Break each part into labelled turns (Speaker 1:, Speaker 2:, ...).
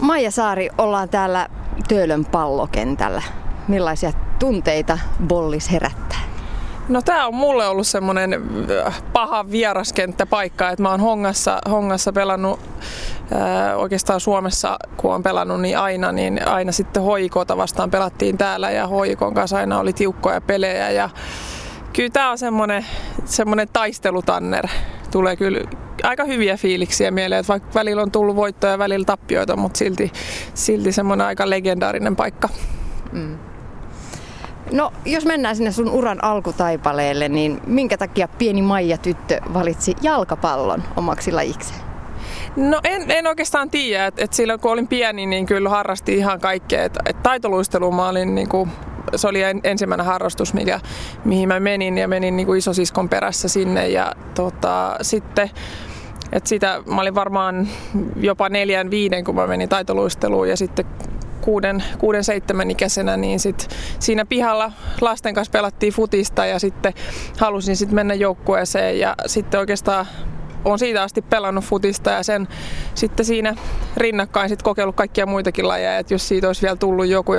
Speaker 1: Maija Saari, ollaan täällä Töölön pallokentällä. Millaisia tunteita bollis herättää?
Speaker 2: No tää on mulle ollut semmonen paha vieraskenttäpaikka, että mä oon Hongassa pelannut oikeastaan Suomessa, kun on pelannut niin aina sitten HJK:ta vastaan pelattiin täällä ja HJK:n kanssa aina oli tiukkoja pelejä ja kyllä tää on semmonen taistelutanner. Tulee kyllä aika hyviä fiiliksiä mieleen, että vaikka välillä on tullut voittoja ja välillä tappioita, mutta silti semmoinen aika legendaarinen paikka.
Speaker 1: Mm. No, jos mennään sinne sun uran alkutaipaleelle, niin minkä takia pieni Maija-tyttö valitsi jalkapallon omaksi lajikseen?
Speaker 2: No en oikeastaan tiedä, että silloin kun olin pieni, niin kyllä harrastin ihan kaikkea. Taitoluistelu mä olin niinku, se oli ensimmäinen harrastus, mihin mä menin ja menin niinku isosiskon perässä sinne ja sitten että sitä mä olin varmaan jopa 4-5, kun mä menin taitoluisteluun ja sitten 6-7 ikäisenä, niin sit siinä pihalla lasten kanssa pelattiin futista ja sitten halusin sitten mennä joukkueeseen ja sitten oikeastaan olen siitä asti pelannut futista ja sen sitten siinä rinnakkain sitten kokeillut kaikkia muitakin lajeja, että jos siitä olisi vielä tullut joku,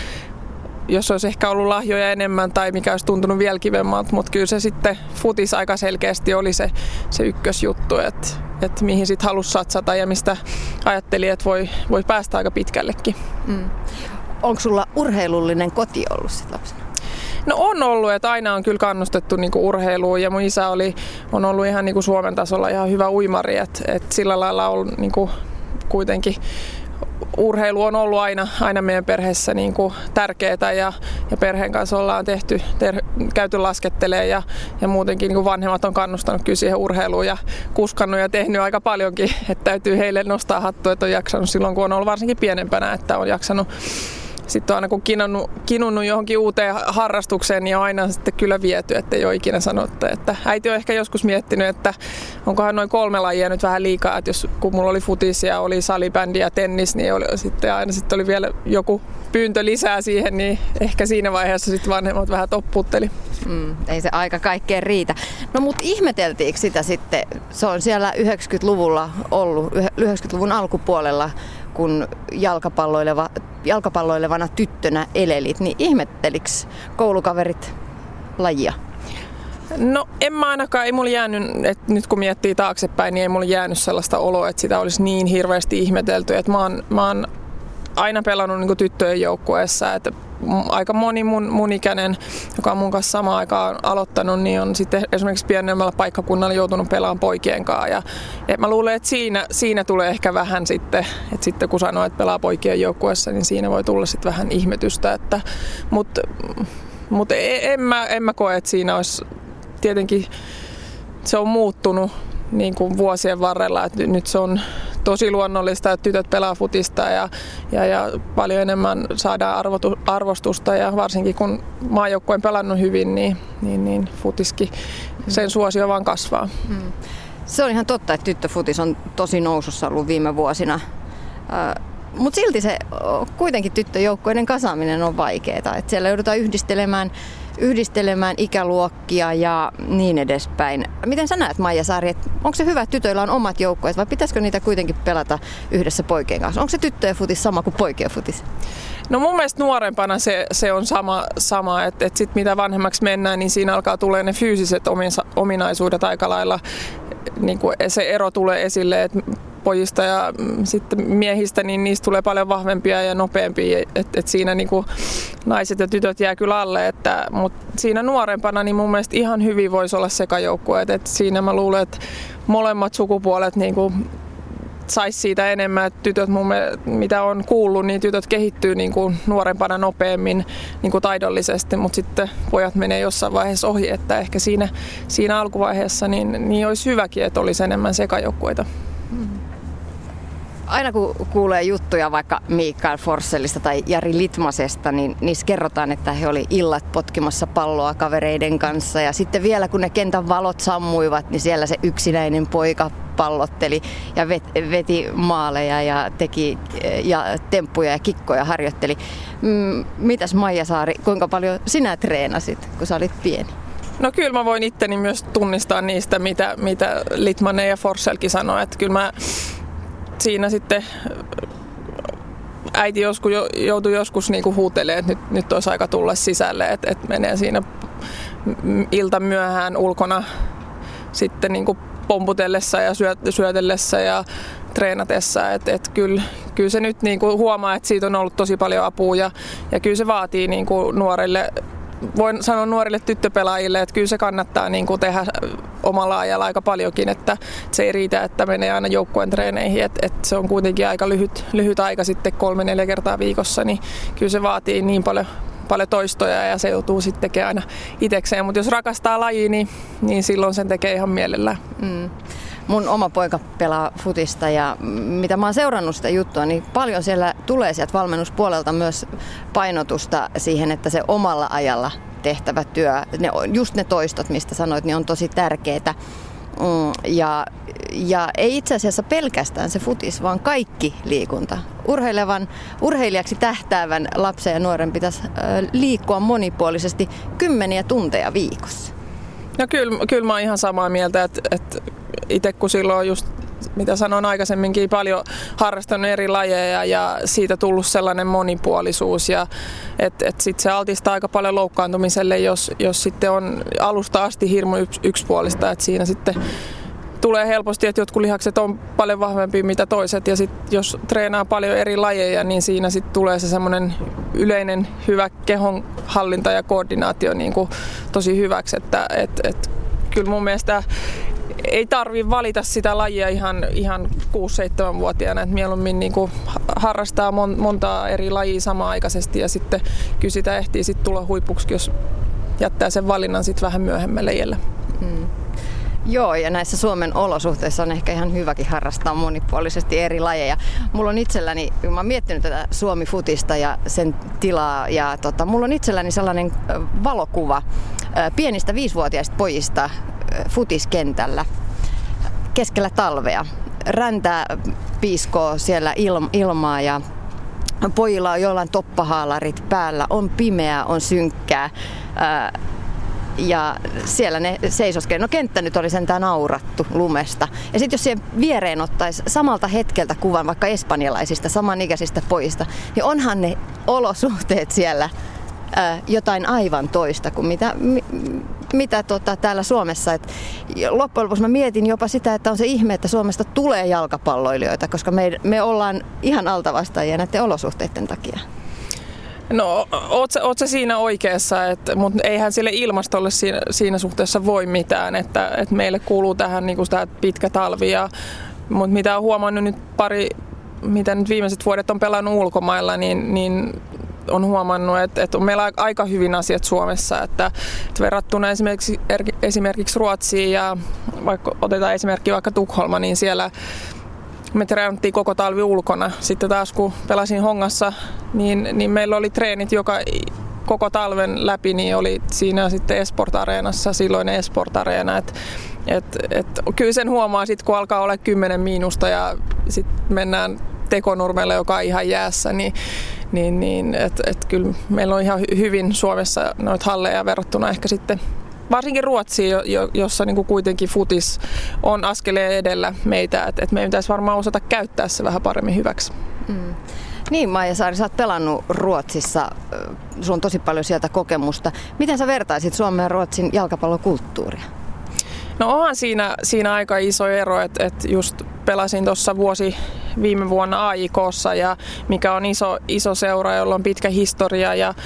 Speaker 2: jos olisi ehkä ollut lahjoja enemmän tai mikä olisi tuntunut vielä kivemmalta, mutta kyllä se sitten futis aika selkeästi oli se ykkösjuttu, että mihin sitten halusi satsata ja mistä ajattelin, että voi päästä aika pitkällekin.
Speaker 1: Mm. Onko sulla urheilullinen koti ollut sit lapsena?
Speaker 2: No on ollut, että aina on kyllä kannustettu niinku urheiluun ja mun isä on ollut ihan niinku Suomen tasolla ihan hyvä uimari, että sillä lailla on niinku kuitenkin urheilu on ollut aina meidän perheessä niin kuin tärkeää ja perheen kanssa ollaan käyty laskettelee ja muutenkin niin kuin vanhemmat on kannustanut kyllä siihen urheiluun ja kuskannut ja tehnyt aika paljonkin, että täytyy heille nostaa hattua, että on jaksanut silloin kun on ollut varsinkin pienempänä, että on jaksanut. Sitten on aina kun kinunnut johonkin uuteen harrastukseen, niin on aina sitten kyllä viety, ettei ole ikinä sanottu. Että äiti on ehkä joskus miettinyt, että onkohan noin 3 lajia nyt vähän liikaa. Että kun mulla oli futis ja oli salibändi ja tennis, niin sitten oli vielä joku pyyntö lisää siihen, niin ehkä siinä vaiheessa sitten vanhemmat vähän toppuutteli.
Speaker 1: Ei se aika kaikkeen riitä. No mut ihmeteltiinkö sitä sitten, se on siellä 90-luvulla ollut, 90-luvun alkupuolella, kun jalkapalloilevana tyttönä elelit, niin ihmettelikö koulukaverit lajia?
Speaker 2: No en mä ainakaan, ei mulla jäänyt, että nyt kun miettii taaksepäin, niin ei mulla jäänyt sellaista oloa, että sitä olisi niin hirveästi ihmetelty, että mä oon aina pelannut niin kuin tyttöjen joukkueessa, että aika moni mun ikäinen, joka on mun kanssa samaan aikaan aloittanut, niin on sitten esimerkiksi pienemmällä paikkakunnalla joutunut pelaamaan poikien kanssa. Ja mä luulen, että siinä tulee ehkä vähän sitten, että sitten kun sanoo, että pelaa poikien joukkueessa, niin siinä voi tulla sitten vähän ihmetystä. Mutta en mä koe, että siinä olisi tietenkin, se on muuttunut niin kuin vuosien varrella, että nyt se on tosi luonnollista, että tytöt pelaa futista ja paljon enemmän saadaan arvostusta ja varsinkin kun maajoukkue on pelannut hyvin, niin futiskin sen suosio vaan kasvaa.
Speaker 1: Se on ihan totta, että tyttöfutis on tosi nousussa ollut viime vuosina, mutta silti se kuitenkin tyttöjoukkueiden kasaaminen on vaikeaa, että siellä joudutaan yhdistelemään ikäluokkia ja niin edespäin. Miten sä näet, Maija Saari, että onko se hyvä, että tytöillä on omat joukkueet vai pitäisikö niitä kuitenkin pelata yhdessä poikien kanssa? Onko se tyttöjen futis sama kuin poikien futis?
Speaker 2: No mun mielestä nuorempana se on sama että sit mitä vanhemmaksi mennään, niin siinä alkaa tulee ne fyysiset ominaisuudet aika lailla, niin kuin se ero tulee esille, että pojista ja sitten miehistä, niin niistä tulee paljon vahvempia ja nopeampia, että siinä niin kuin naiset ja tytöt jää kyllä alle, mutta siinä nuorempana niin mun mielestä ihan hyvin voisi olla sekajoukkueet, että siinä mä luulen, että molemmat sukupuolet niin kuin saisi siitä enemmän, että tytöt mitä on kuullut, niin tytöt kehittyy niin kuin nuorempana nopeammin niin kuin taidollisesti, mutta sitten pojat menee jossain vaiheessa ohi, että ehkä siinä alkuvaiheessa niin olisi hyväkin, että olisi enemmän sekajoukkueita.
Speaker 1: Aina kun kuulee juttuja vaikka Mikael Forssellista tai Jari Litmasesta, niin niissä kerrotaan, että he oli illat potkimassa palloa kavereiden kanssa. Ja sitten vielä kun ne kentän valot sammuivat, niin siellä se yksinäinen poika pallotteli ja veti maaleja ja teki temppuja ja kikkoja harjoitteli. Mitäs Maija Saari, kuinka paljon sinä treenasit, kun sä olit pieni?
Speaker 2: No kyllä mä voin itteni myös tunnistaa niistä, mitä Litmanen ja Forssellkin sanoi, että kyllä mä siinä sitten äiti joutui joskus niinku huutelemaan, että nyt olisi aika tulla sisälle, että menee siinä ilta myöhään ulkona sitten niinku pomputellessa ja syötellessä ja treenatessa, että kyllä se nyt niinku huomaa, että siitä on ollut tosi paljon apua ja kyllä se vaatii niinku nuorille, voin sanoa nuorille tyttöpelaajille, että kyllä se kannattaa niinku tehdä omalla ajalla aika paljonkin, että se ei riitä, että menee aina joukkueen treeneihin, että se on kuitenkin aika lyhyt aika sitten 3-4 kertaa viikossa, niin kyllä se vaatii niin paljon toistoja ja se joutuu sitten tekemään aina itsekseen, mutta jos rakastaa lajia, niin silloin sen tekee ihan mielellään.
Speaker 1: Mun oma poika pelaa futista ja mitä mä oon seurannut sitä juttua, niin paljon siellä tulee sieltä valmennuspuolelta myös painotusta siihen, että se omalla ajalla tehtävä työ, just ne toistot, mistä sanoit, niin on tosi tärkeää. Ja ei itse asiassa pelkästään se futis, vaan kaikki liikunta. Urheilijaksi tähtäävän lapsen ja nuoren pitäisi liikkua monipuolisesti 10 tunteja viikossa.
Speaker 2: No kyllä mä oon ihan samaa mieltä, että itse kun silloin just, mitä sanoin aikaisemminkin, paljon harrastanut eri lajeja ja siitä tullut sellainen monipuolisuus ja että sitten se altistaa aika paljon loukkaantumiselle, jos sitten on alusta asti hirmu yksipuolista, että siinä sitten tulee helposti, että jotkut lihakset on paljon vahvempia mitä toiset ja sitten jos treenaa paljon eri lajeja, niin siinä sitten tulee se semmoinen yleinen hyvä kehonhallinta ja koordinaatio niin kuin tosi hyväksi, että kyllä mun mielestä ei tarvitse valita sitä lajia ihan 6-7-vuotiaana, että mieluummin niin kuin harrastaa montaa eri lajia samaaikaisesti ja sitten kyllä sitä ehtii sitten tulla huipuksi, jos jättää sen valinnan sitten vähän myöhemmälle iällä.
Speaker 1: Joo, ja näissä Suomen olosuhteissa on ehkä ihan hyväkin harrastaa monipuolisesti eri lajeja. Mulla on itselläni, mä oon miettinyt tätä Suomi-futista ja sen tilaa, ja mulla on itselläni sellainen valokuva pienistä 5-vuotiaista pojista futiskentällä keskellä talvea. Räntä piiskoo siellä ilmaa ja pojilla on jollain toppahaalarit päällä, on pimeää, on synkkää. Ja siellä ne seisoskeli. No kenttä nyt oli sentään aurattu lumesta. Ja sitten jos siihen viereen ottaisi samalta hetkeltä kuvan vaikka espanjalaisista, samanikäisistä pojista, niin onhan ne olosuhteet siellä jotain aivan toista kuin mitä täällä Suomessa. Et loppujen lopuksi mä mietin jopa sitä, että on se ihme, että Suomesta tulee jalkapalloilijoita, koska me ollaan ihan altavastaajia näiden olosuhteiden takia.
Speaker 2: No, oot sä siinä oikeassa, mutta eihän sille ilmastolle siinä suhteessa voi mitään, että meille kuuluu tähän niin kuin sitä pitkä talvi, mutta mitä on huomannut nyt mitä nyt viimeiset vuodet on pelannut ulkomailla, niin on huomannut, että on meillä aika hyvin asiat Suomessa, että verrattuna esimerkiksi Ruotsiin ja vaikka otetaan esimerkki vaikka Tukholma, niin siellä me treenattiin koko talvi ulkona. Sitten taas kun pelasin Hongassa, niin meillä oli treenit koko talven läpi, niin oli siinä sitten Esport-areenassa, silloinen Esport-areena. Kyllä sen huomaa sitten, kun alkaa olla 10 miinusta ja sitten mennään Tekonurmelle, joka on ihan jäässä, niin kyllä meillä on ihan hyvin Suomessa noita halleja verrattuna ehkä sitten varsinkin Ruotsiin, jossa niin kuin kuitenkin futis on askeleen edellä meitä, että meidän pitäisi varmaan osata käyttää se vähän paremmin hyväksi.
Speaker 1: Niin, Maija Saari, sä oot pelannut Ruotsissa, sulla on tosi paljon sieltä kokemusta. Miten sä vertaisit Suomen ja Ruotsin jalkapallokulttuuria?
Speaker 2: No onhan siinä aika iso ero, että just pelasin tuossa viime vuonna AIK:ssa, ja mikä on iso seura, jolla on pitkä historia ja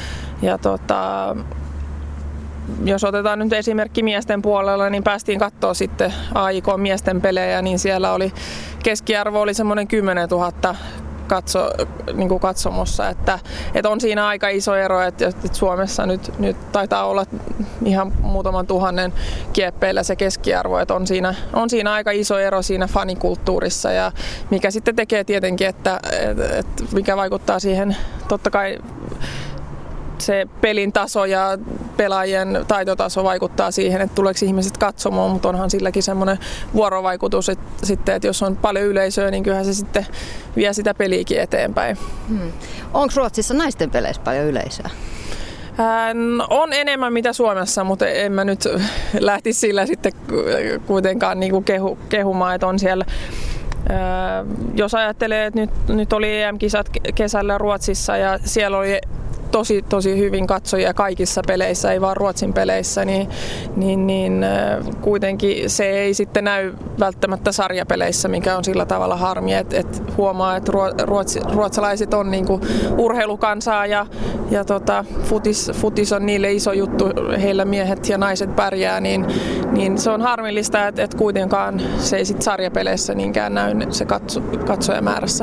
Speaker 2: jos otetaan nyt esimerkki miesten puolella, niin päästiin katsoa sitten AIK-miesten pelejä, niin siellä oli keskiarvo oli semmoinen 10 000 katsomossa, että on siinä aika iso ero, että Suomessa nyt taitaa olla ihan muutaman tuhannen kieppeillä se keskiarvo, että on siinä aika iso ero siinä fanikulttuurissa, ja mikä sitten tekee tietenkin, että mikä vaikuttaa siihen totta kai se pelin taso ja pelaajien taitotaso vaikuttaa siihen, että tuleeko ihmiset katsomaan, mutta onhan silläkin semmoinen vuorovaikutus, että jos on paljon yleisöä, niin kyllähän se sitten vie sitä peliäkin eteenpäin.
Speaker 1: Onko Ruotsissa naisten peleissä paljon yleisöä?
Speaker 2: On enemmän mitä Suomessa, mutta en mä nyt lähtisi sillä sitten kuitenkaan niin kuin kehumaan, että on siellä Jos ajattelee, että nyt oli EM-kisat kesällä Ruotsissa ja siellä oli tosi hyvin katsojia kaikissa peleissä, ei vaan Ruotsin peleissä, niin kuitenkin se ei sitten näy välttämättä sarjapeleissä, mikä on sillä tavalla harmi, että huomaa, että ruotsalaiset on niinku urheilukansaa ja futis on niille iso juttu, heillä miehet ja naiset pärjää, niin se on harmillista, että kuitenkaan se ei sit sarjapeleissä niinkään näy se katsojamäärässä.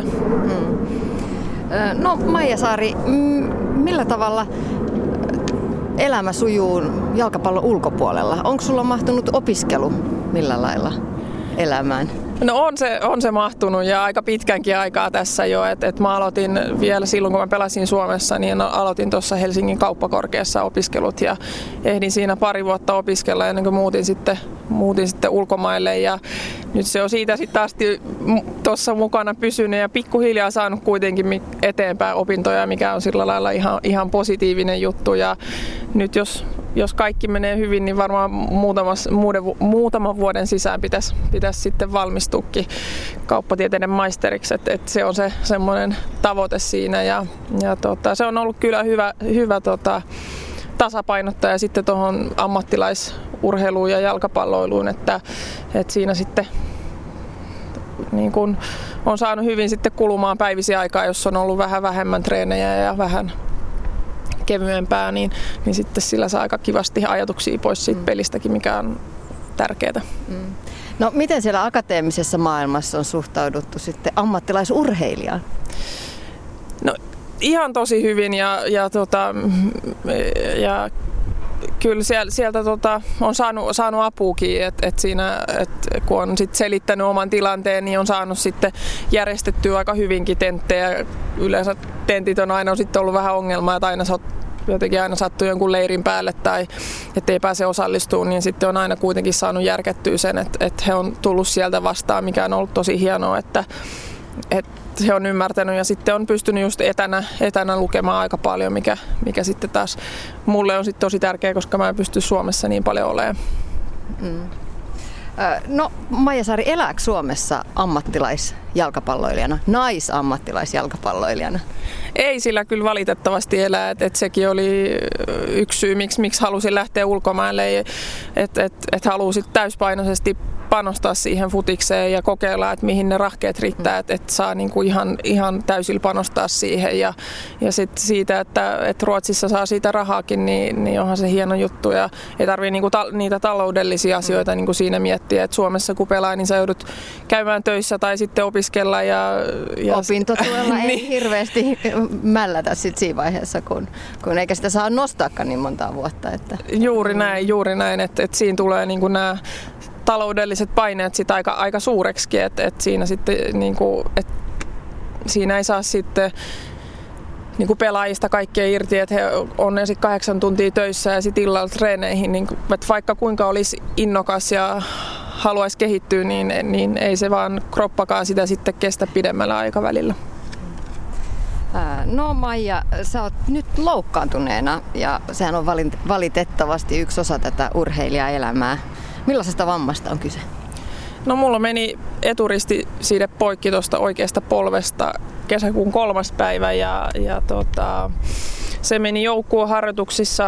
Speaker 1: No Maija Saari, millä tavalla elämä sujuu jalkapallon ulkopuolella? Onko sulla mahtunut opiskelu millä lailla elämään?
Speaker 2: No on se mahtunut ja aika pitkänkin aikaa tässä jo. Et mä aloitin vielä silloin, kun mä pelasin Suomessa, niin aloitin tuossa Helsingin kauppakorkeassa opiskelut ja ehdin siinä pari vuotta opiskella ennen kuin muutin sitten ulkomaille. Ja nyt se on siitä sitten asti tuossa mukana pysynyt ja pikkuhiljaa saanut kuitenkin eteenpäin opintoja, mikä on sillä lailla ihan positiivinen juttu. Ja nyt jos kaikki menee hyvin, niin varmaan muutaman vuoden sisään pitäisi sitten valmistuukin kauppatieteiden maisteriksi. Et se on se semmoinen tavoite siinä ja se on ollut kyllä hyvä tasapainottaa sitten tuohon ammattilaisurheiluun ja jalkapalloiluun, että siinä sitten niin kun on saanut hyvin sitten kulumaan päivisiä aikaa, jos on ollut vähän vähemmän treenejä ja vähän kevyempää, niin sitten sillä saa aika kivasti ajatuksia pois siitä pelistäkin, mikä on tärkeää.
Speaker 1: No miten siellä akateemisessa maailmassa on suhtauduttu sitten ammattilaisurheilijaan?
Speaker 2: No ihan tosi hyvin ja kyllä sieltä on saanut apuukin, että kun on sit selittänyt oman tilanteen, niin on saanut sitten järjestettyä aika hyvinkin tenttejä. Yleensä tentit on aina sitten ollut vähän ongelmaa, että aina sattuu jonkun leirin päälle tai ettei pääse osallistumaan, niin sitten on aina kuitenkin saanut järkättyä sen, että he on tullut sieltä vastaan, mikä on ollut tosi hienoa, että he on ymmärtänyt ja sitten on pystynyt just etänä lukemaan aika paljon, mikä sitten taas mulle on sitten tosi tärkeää, koska mä en pysty Suomessa niin paljon olemaan.
Speaker 1: No Maija Saari, elääkö Suomessa ammattilaisjalkapalloilijana, naisammattilaisjalkapalloilijana?
Speaker 2: Ei sillä kyllä valitettavasti elää, että sekin oli yksi syy, miksi halusin lähteä ulkomaille, että halusin täyspainoisesti panostaa siihen futikseen ja kokeilla, että mihin ne rahkeet riittää, että saa niinku ihan täysillä panostaa siihen ja sitten siitä, että Ruotsissa saa siitä rahaakin, niin onhan se hieno juttu ja ei tarvitse niinku niitä taloudellisia asioita niinku siinä miettiä, että Suomessa kun pelaa, niin sä joudut käymään töissä tai sitten opiskella ja
Speaker 1: opintotuella ei hirveästi mällätä sit siinä vaiheessa, kun eikä sitä saa nostaakaan niin montaa vuotta. Että.
Speaker 2: Juuri näin, että siinä tulee niinku nämä taloudelliset paineet sit aika suureksikin, että siinä sitten niinku, että siinä ei saa sitten niinku pelaajista kaikkea irti, että he on ensin 8 tuntia töissä ja sitten illalla treeneihin, niin että vaikka kuinka olisi innokas ja haluaisi kehittyä, niin ei se vaan kroppakaan sitä sitten kestä pidemmällä aikavälillä.
Speaker 1: No Maija, sä oot nyt loukkaantuneena ja sehän on valitettavasti yksi osa tätä urheilijaelämää. Millaisesta vammasta on kyse?
Speaker 2: No mulla meni eturistiside poikki tuosta oikeasta polvesta kesäkuun 3. päivä ja se meni joukkueharjoituksissa.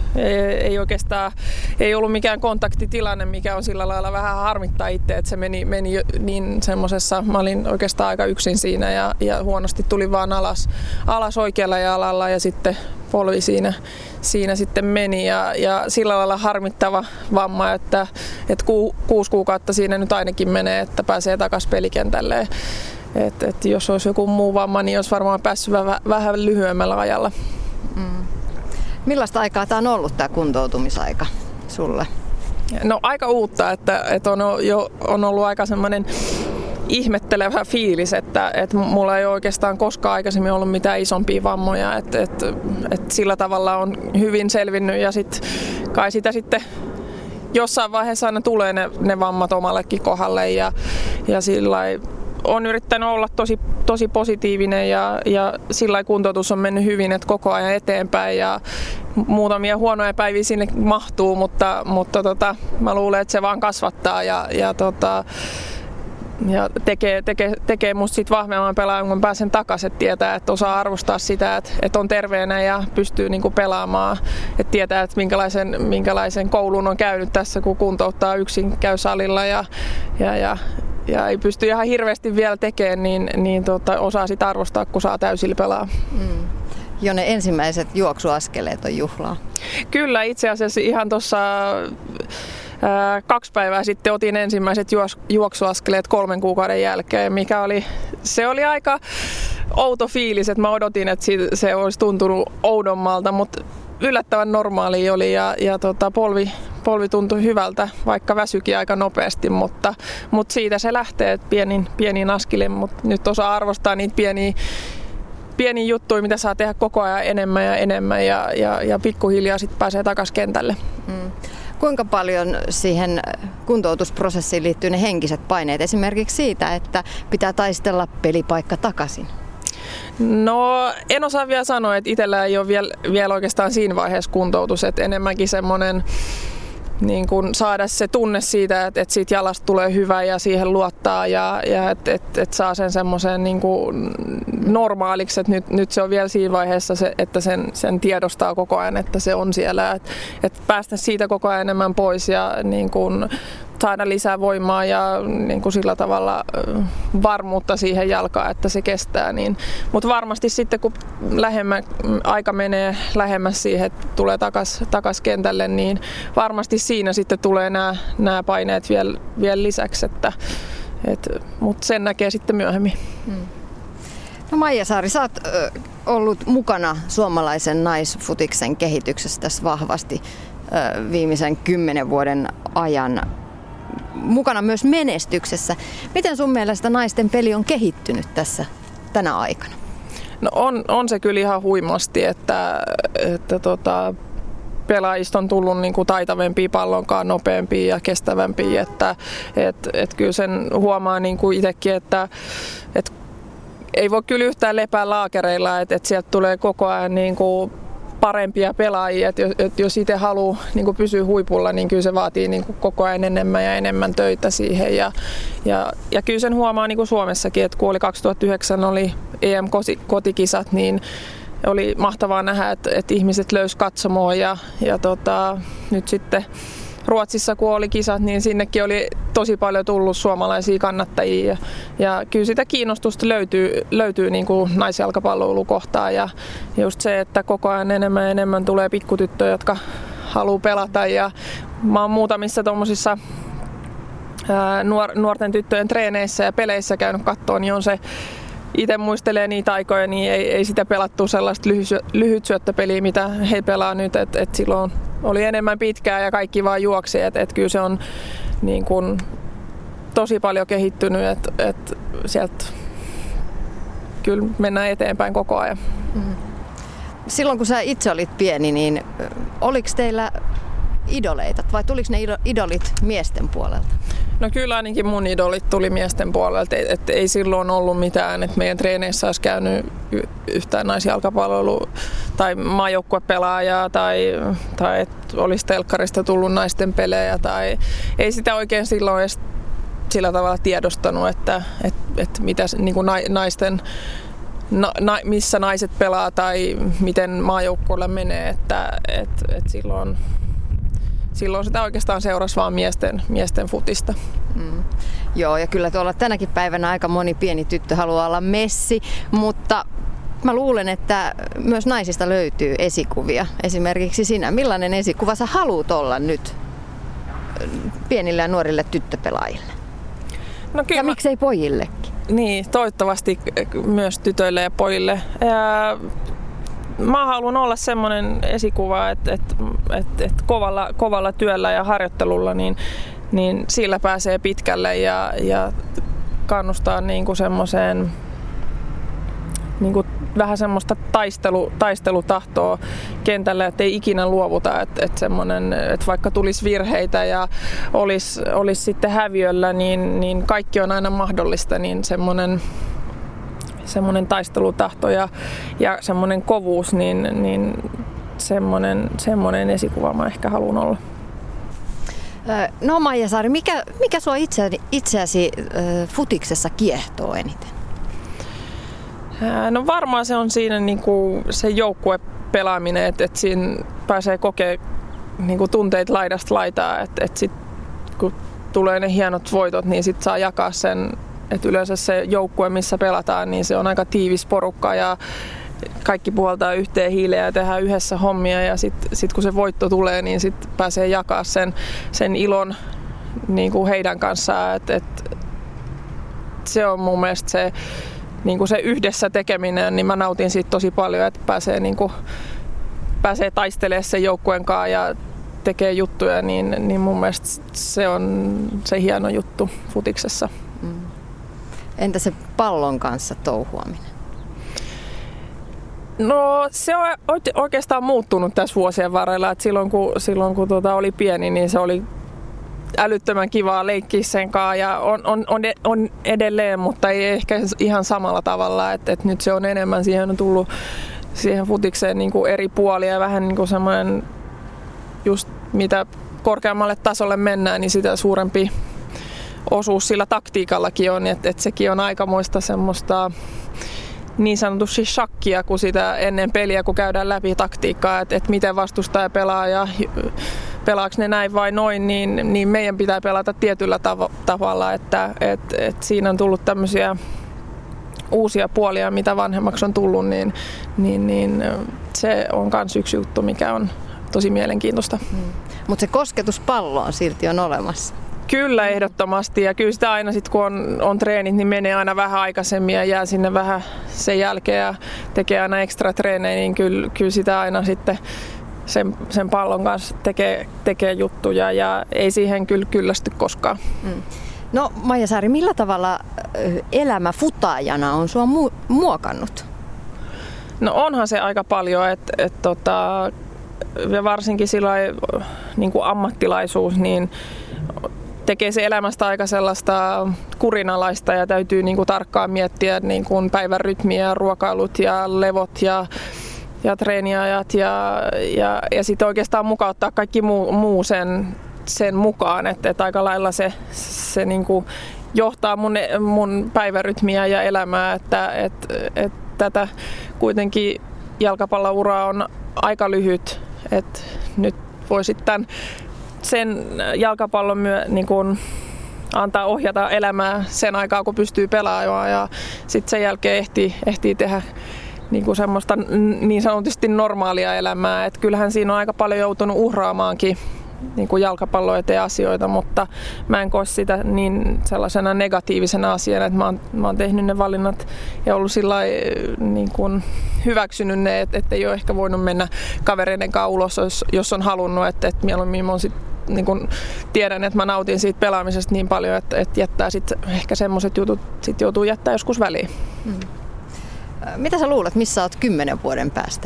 Speaker 2: Ei ollut mikään kontaktitilanne, mikä on sillä lailla vähän harmittaa itse, että se meni niin semmosessa, mä olin oikeastaan aika yksin siinä ja huonosti tuli vaan alas oikealla jalalla ja sitten polvi siinä sitten meni ja sillä lailla harmittava vamma, että 6 kuukautta siinä nyt ainakin menee, että pääsee takaisin pelikentälle. Et jos olisi joku muu vamma, niin olisi varmaan päässyt vähän lyhyemmällä ajalla.
Speaker 1: Millaista aikaa tämä on ollut, tämä kuntoutumisaika sulle?
Speaker 2: No aika uutta, että on ollut aika semmoinen ihmettelevä fiilis, että mulla ei oikeastaan koskaan aikaisemmin ollut mitään isompia vammoja, että sillä tavalla on hyvin selvinnyt ja kai sitä sitten jossain vaiheessa aina tulee ne vammat omallekin kohdalle ja sillai on yrittänyt olla tosi positiivinen ja sillai kuntoutus on mennyt hyvin, että koko ajan eteenpäin ja muutamia huonoja päiviä sinne mahtuu, mutta mä luulen, että se vaan kasvattaa ja tekee musta sit vahvemman pelaajan, kun pääsen takaisin, että tietää, että osaa arvostaa sitä, että on terveenä ja pystyy niinku pelaamaan, että tietää, että minkälaisen koulun on käynyt tässä, kun kuntouttaa yksin, käy salilla ja ei pysty ihan hirveästi vielä tekemään, niin osaa sitä arvostaa, kun saa täysillä pelaa.
Speaker 1: Jo ne ensimmäiset juoksuaskeleet on juhlaa. Kyllä,
Speaker 2: itse asiassa ihan tuossa 2 päivää sitten otin ensimmäiset juoksuaskeleet 3 kuukauden jälkeen, se oli aika outo fiilis, että mä odotin, että se olisi tuntunut oudommalta, mutta yllättävän normaali oli ja polvi tuntui hyvältä, vaikka väsyikin aika nopeasti, mutta siitä se lähtee, että pienin askelin, mutta nyt osaa arvostaa niitä pieniä juttuja, mitä saa tehdä koko ajan enemmän ja pikkuhiljaa sitten pääsee takaisin kentälle.
Speaker 1: Kuinka paljon siihen kuntoutusprosessiin liittyy ne henkiset paineet, esimerkiksi siitä, että pitää taistella pelipaikka takaisin?
Speaker 2: No en osaa vielä sanoa, että itsellä ei ole vielä oikeastaan siinä vaiheessa kuntoutus, että enemmänkin semmoinen niin kun saada se tunne siitä, että siitä jalasta tulee hyvä ja siihen luottaa ja että saa sen semmoisen niin kuin normaaliksi, että nyt se on vielä siinä vaiheessa, että sen tiedostaa koko ajan, että se on siellä, että päästä siitä koko ajan enemmän pois ja niin kuin saada lisää voimaa ja niin kuin sillä tavalla varmuutta siihen jalkaan, että se kestää. Mutta varmasti sitten kun aika menee lähemmäs siihen, että tulee takas kentälle, niin varmasti siinä sitten tulee nämä paineet vielä lisäksi, mutta sen näkee sitten myöhemmin.
Speaker 1: No Maija Saari, sä oot ollut mukana suomalaisen naisfutiksen kehityksessä tässä vahvasti viimeisen 10 vuoden ajan. Mukana myös menestyksessä. Miten sun mielestä naisten peli on kehittynyt tänä aikana?
Speaker 2: No on se kyllä ihan huimasti, että pelaajista on tullut niin kuin taitavempia, pallonkaan nopeampia ja kestävämpiä. Että kyllä sen huomaa niin kuin itsekin, että ei voi kyllä yhtään lepää laakereilla, että sieltä tulee koko ajan niin kuin parempia pelaajia, että jos itse haluaa niin pysyä huipulla, niin kyllä se vaatii niin koko ajan enemmän ja enemmän töitä siihen. Ja kyllä sen huomaa niin Suomessakin, että kun oli 2009 oli EM-kotikisat, niin oli mahtavaa nähdä, että ihmiset löysivät katsomoa ja nyt sitten Ruotsissa kun oli kisat, niin sinnekin oli tosi paljon tullut suomalaisia kannattajia ja kyllä sitä kiinnostusta löytyy niin kuin naisjalkapalloilukohtaan ja just se, että koko ajan enemmän tulee pikkutyttöjä, jotka haluaa pelata ja mä oon muutamissa tuommoisissa nuorten tyttöjen treeneissä ja peleissä käynyt katsoa, niin on se itse muistelee niitä aikoja, niin ei sitä pelattu sellaista lyhytsyöttöpeliä, mitä he pelaa nyt, että silloin oli enemmän pitkää ja kaikki vaan juoksi, että kyllä se on niin kuin tosi paljon kehittynyt, että sieltä kyllä mennään eteenpäin koko ajan.
Speaker 1: Silloin kun sä itse olit pieni, niin oliko teillä idoleita vai tuliko ne idolit miesten puolelta?
Speaker 2: No kyllä ainakin mun idolit tuli miesten puolelta, että ei silloin ollut mitään, että meidän treeneissä olisi käynyt yhtään naisjalkapalloilua tai maajoukkuepelaajaa tai että olisi telkkarista tullut naisten pelejä tai ei sitä oikein silloin edes sillä tavalla tiedostanut, että mitä niin kuin naisten missä naiset pelaa tai miten maajoukkueella menee, että silloin sitä oikeastaan seurasi vaan miesten futista.
Speaker 1: Joo, ja kyllä tuolla tänäkin päivänä aika moni pieni tyttö haluaa olla Messi, mutta mä luulen, että myös naisista löytyy esikuvia. Esimerkiksi sinä. Millainen esikuva sä haluut olla nyt pienille ja nuorille tyttöpelaajille?
Speaker 2: No kyllä
Speaker 1: ja miksei pojillekin?
Speaker 2: Niin, toivottavasti myös tytöille ja pojille. Mä haluan olla semmoinen esikuva, että kovalla työllä ja harjoittelulla niin sillä pääsee pitkälle ja kannustaa niinku semmoiseen niinku vähän semmoista taistelutahtoa kentällä, että ei ikinä luovuta, että vaikka tulisi virheitä ja olisi sitten häviöllä, niin kaikki on aina mahdollista, niin semmoinen taistelutahto ja semmoinen kovuus, niin semmoinen esikuva mä ehkä haluan olla.
Speaker 1: No Maija Saari, mikä sua itseäsi futiksessa kiehtoo eniten?
Speaker 2: No varmaan se on siinä niinku se joukkuepelaaminen, että siinä pääsee kokemaan niinku tunteita laidasta laitaa, että sit kun tulee ne hienot voitot, niin sit saa jakaa sen, että yleensä se joukkue, missä pelataan, niin se on aika tiivis porukka ja kaikki puhaltaa yhteen hiileen ja tehdään yhdessä hommia ja sit kun se voitto tulee, niin sit pääsee jakaa sen ilon niinku heidän kanssaan, että se on mun mielestä se niinku se yhdessä tekeminen, niin mä nautin siitä tosi paljon, että pääsee taistelemaan sen joukkueen kanssa ja tekee juttuja, niin mun mielestä se on se hieno juttu futiksessa.
Speaker 1: Entä se pallon kanssa touhuaminen?
Speaker 2: No se on oikeastaan muuttunut tässä vuosien varrella, että silloin kun oli pieni, niin se oli älyttömän kivaa leikkiä sen kanssa ja on edelleen, mutta ei ehkä ihan samalla tavalla, että nyt se on enemmän, siihen on tullut siihen futikseen niin kuin eri puolia ja vähän niin kuin semmoinen, just mitä korkeammalle tasolle mennään, niin sitä suurempi osuus sillä taktiikallakin on, että sekin on aikamoista semmoista niin sanotusti shakkia, kun sitä ennen peliä, kun käydään läpi taktiikkaa, että miten vastustaja pelaa ja pelaako ne näin vai noin, niin meidän pitää pelata tietyllä tavalla, että siinä on tullut tämmöisiä uusia puolia, mitä vanhemmaksi on tullut, niin se on myös yksi juttu, mikä on tosi mielenkiintoista.
Speaker 1: Mutta se kosketus palloon silti on olemassa.
Speaker 2: Kyllä, ehdottomasti. Ja kyllä sitä aina sitten, kun on treenit, niin menee aina vähän aikaisemmin ja jää sinne vähän sen jälkeen ja tekee aina ekstra treenejä, niin kyllä sitä aina sitten sen pallon kanssa tekee juttuja ja ei siihen kyllä kyllästy koskaan.
Speaker 1: No Maija Saari, millä tavalla elämä futaajana on sua muokannut?
Speaker 2: No onhan se aika paljon, ja varsinkin sillai, niin kuin ammattilaisuus, niin tekee se elämästä aika sellaista kurinalaista ja täytyy niin kuin tarkkaan miettiä niin kuin päivän rytmiä, ruokailut ja levot ja treeniajat ja sitten oikeastaan mukauttaa kaikki muu sen mukaan, että aika lailla se niin kuin johtaa mun päivärytmiä ja elämää, että tätä kuitenkin jalkapalloura on aika lyhyt, että nyt voi sitten sen jalkapallon niin kuin antaa ohjata elämää sen aikaa, kun pystyy pelaamaan ja sitten sen jälkeen ehtii tehdä niin kuin semmoista niin sanotusti normaalia elämää. Et kyllähän siinä on aika paljon joutunut uhraamaankin niin kuin jalkapallo eteen asioita, mutta mä en koe sitä niin sellaisena negatiivisena asiana, että mä oon tehnyt ne valinnat ja ollut sillai, niin kuin hyväksynyt ne, että ei ole ehkä voinut mennä kavereiden kanssa ulos, jos on halunnut, että mieluummin mä oon sit, niin kuin tiedän, että mä nautin siitä pelaamisesta niin paljon, että jättää sit ehkä semmoiset jutut sit joutuu jättää joskus väliin.
Speaker 1: Mitä sä luulet, missä oot 10 vuoden päästä?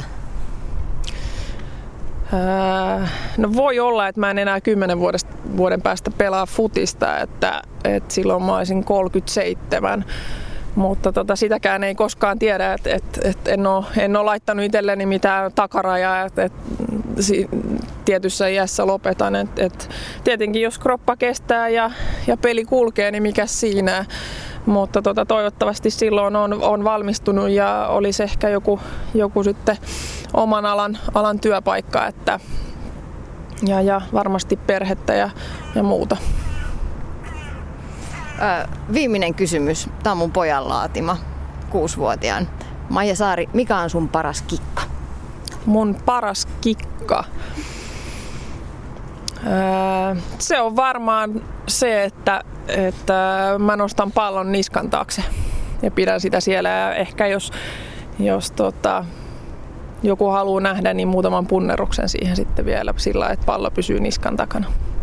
Speaker 2: No voi olla, että mä en enää 10 vuoden päästä pelaa futista, että silloin mä olisin 37. Mutta sitäkään ei koskaan tiedä, että en ole laittanut itselleni mitään takarajaa, että tietyssä iässä lopetan. Tietenkin jos kroppa kestää ja peli kulkee, niin mikä siinä. Mutta toivottavasti silloin on valmistunut ja olisi ehkä joku sitten oman alan työpaikka ja varmasti perhettä ja muuta.
Speaker 1: Viimeinen kysymys. Tämä on mun pojan laatima, 6-vuotiaan. Maija Saari, mikä on sun paras kikka?
Speaker 2: Mun paras kikka? Se on varmaan se, että mä nostan pallon niskan taakse ja pidän sitä siellä. Ja ehkä jos joku haluaa nähdä, niin muutaman punneruksen siihen sitten vielä sillä, että pallo pysyy niskan takana.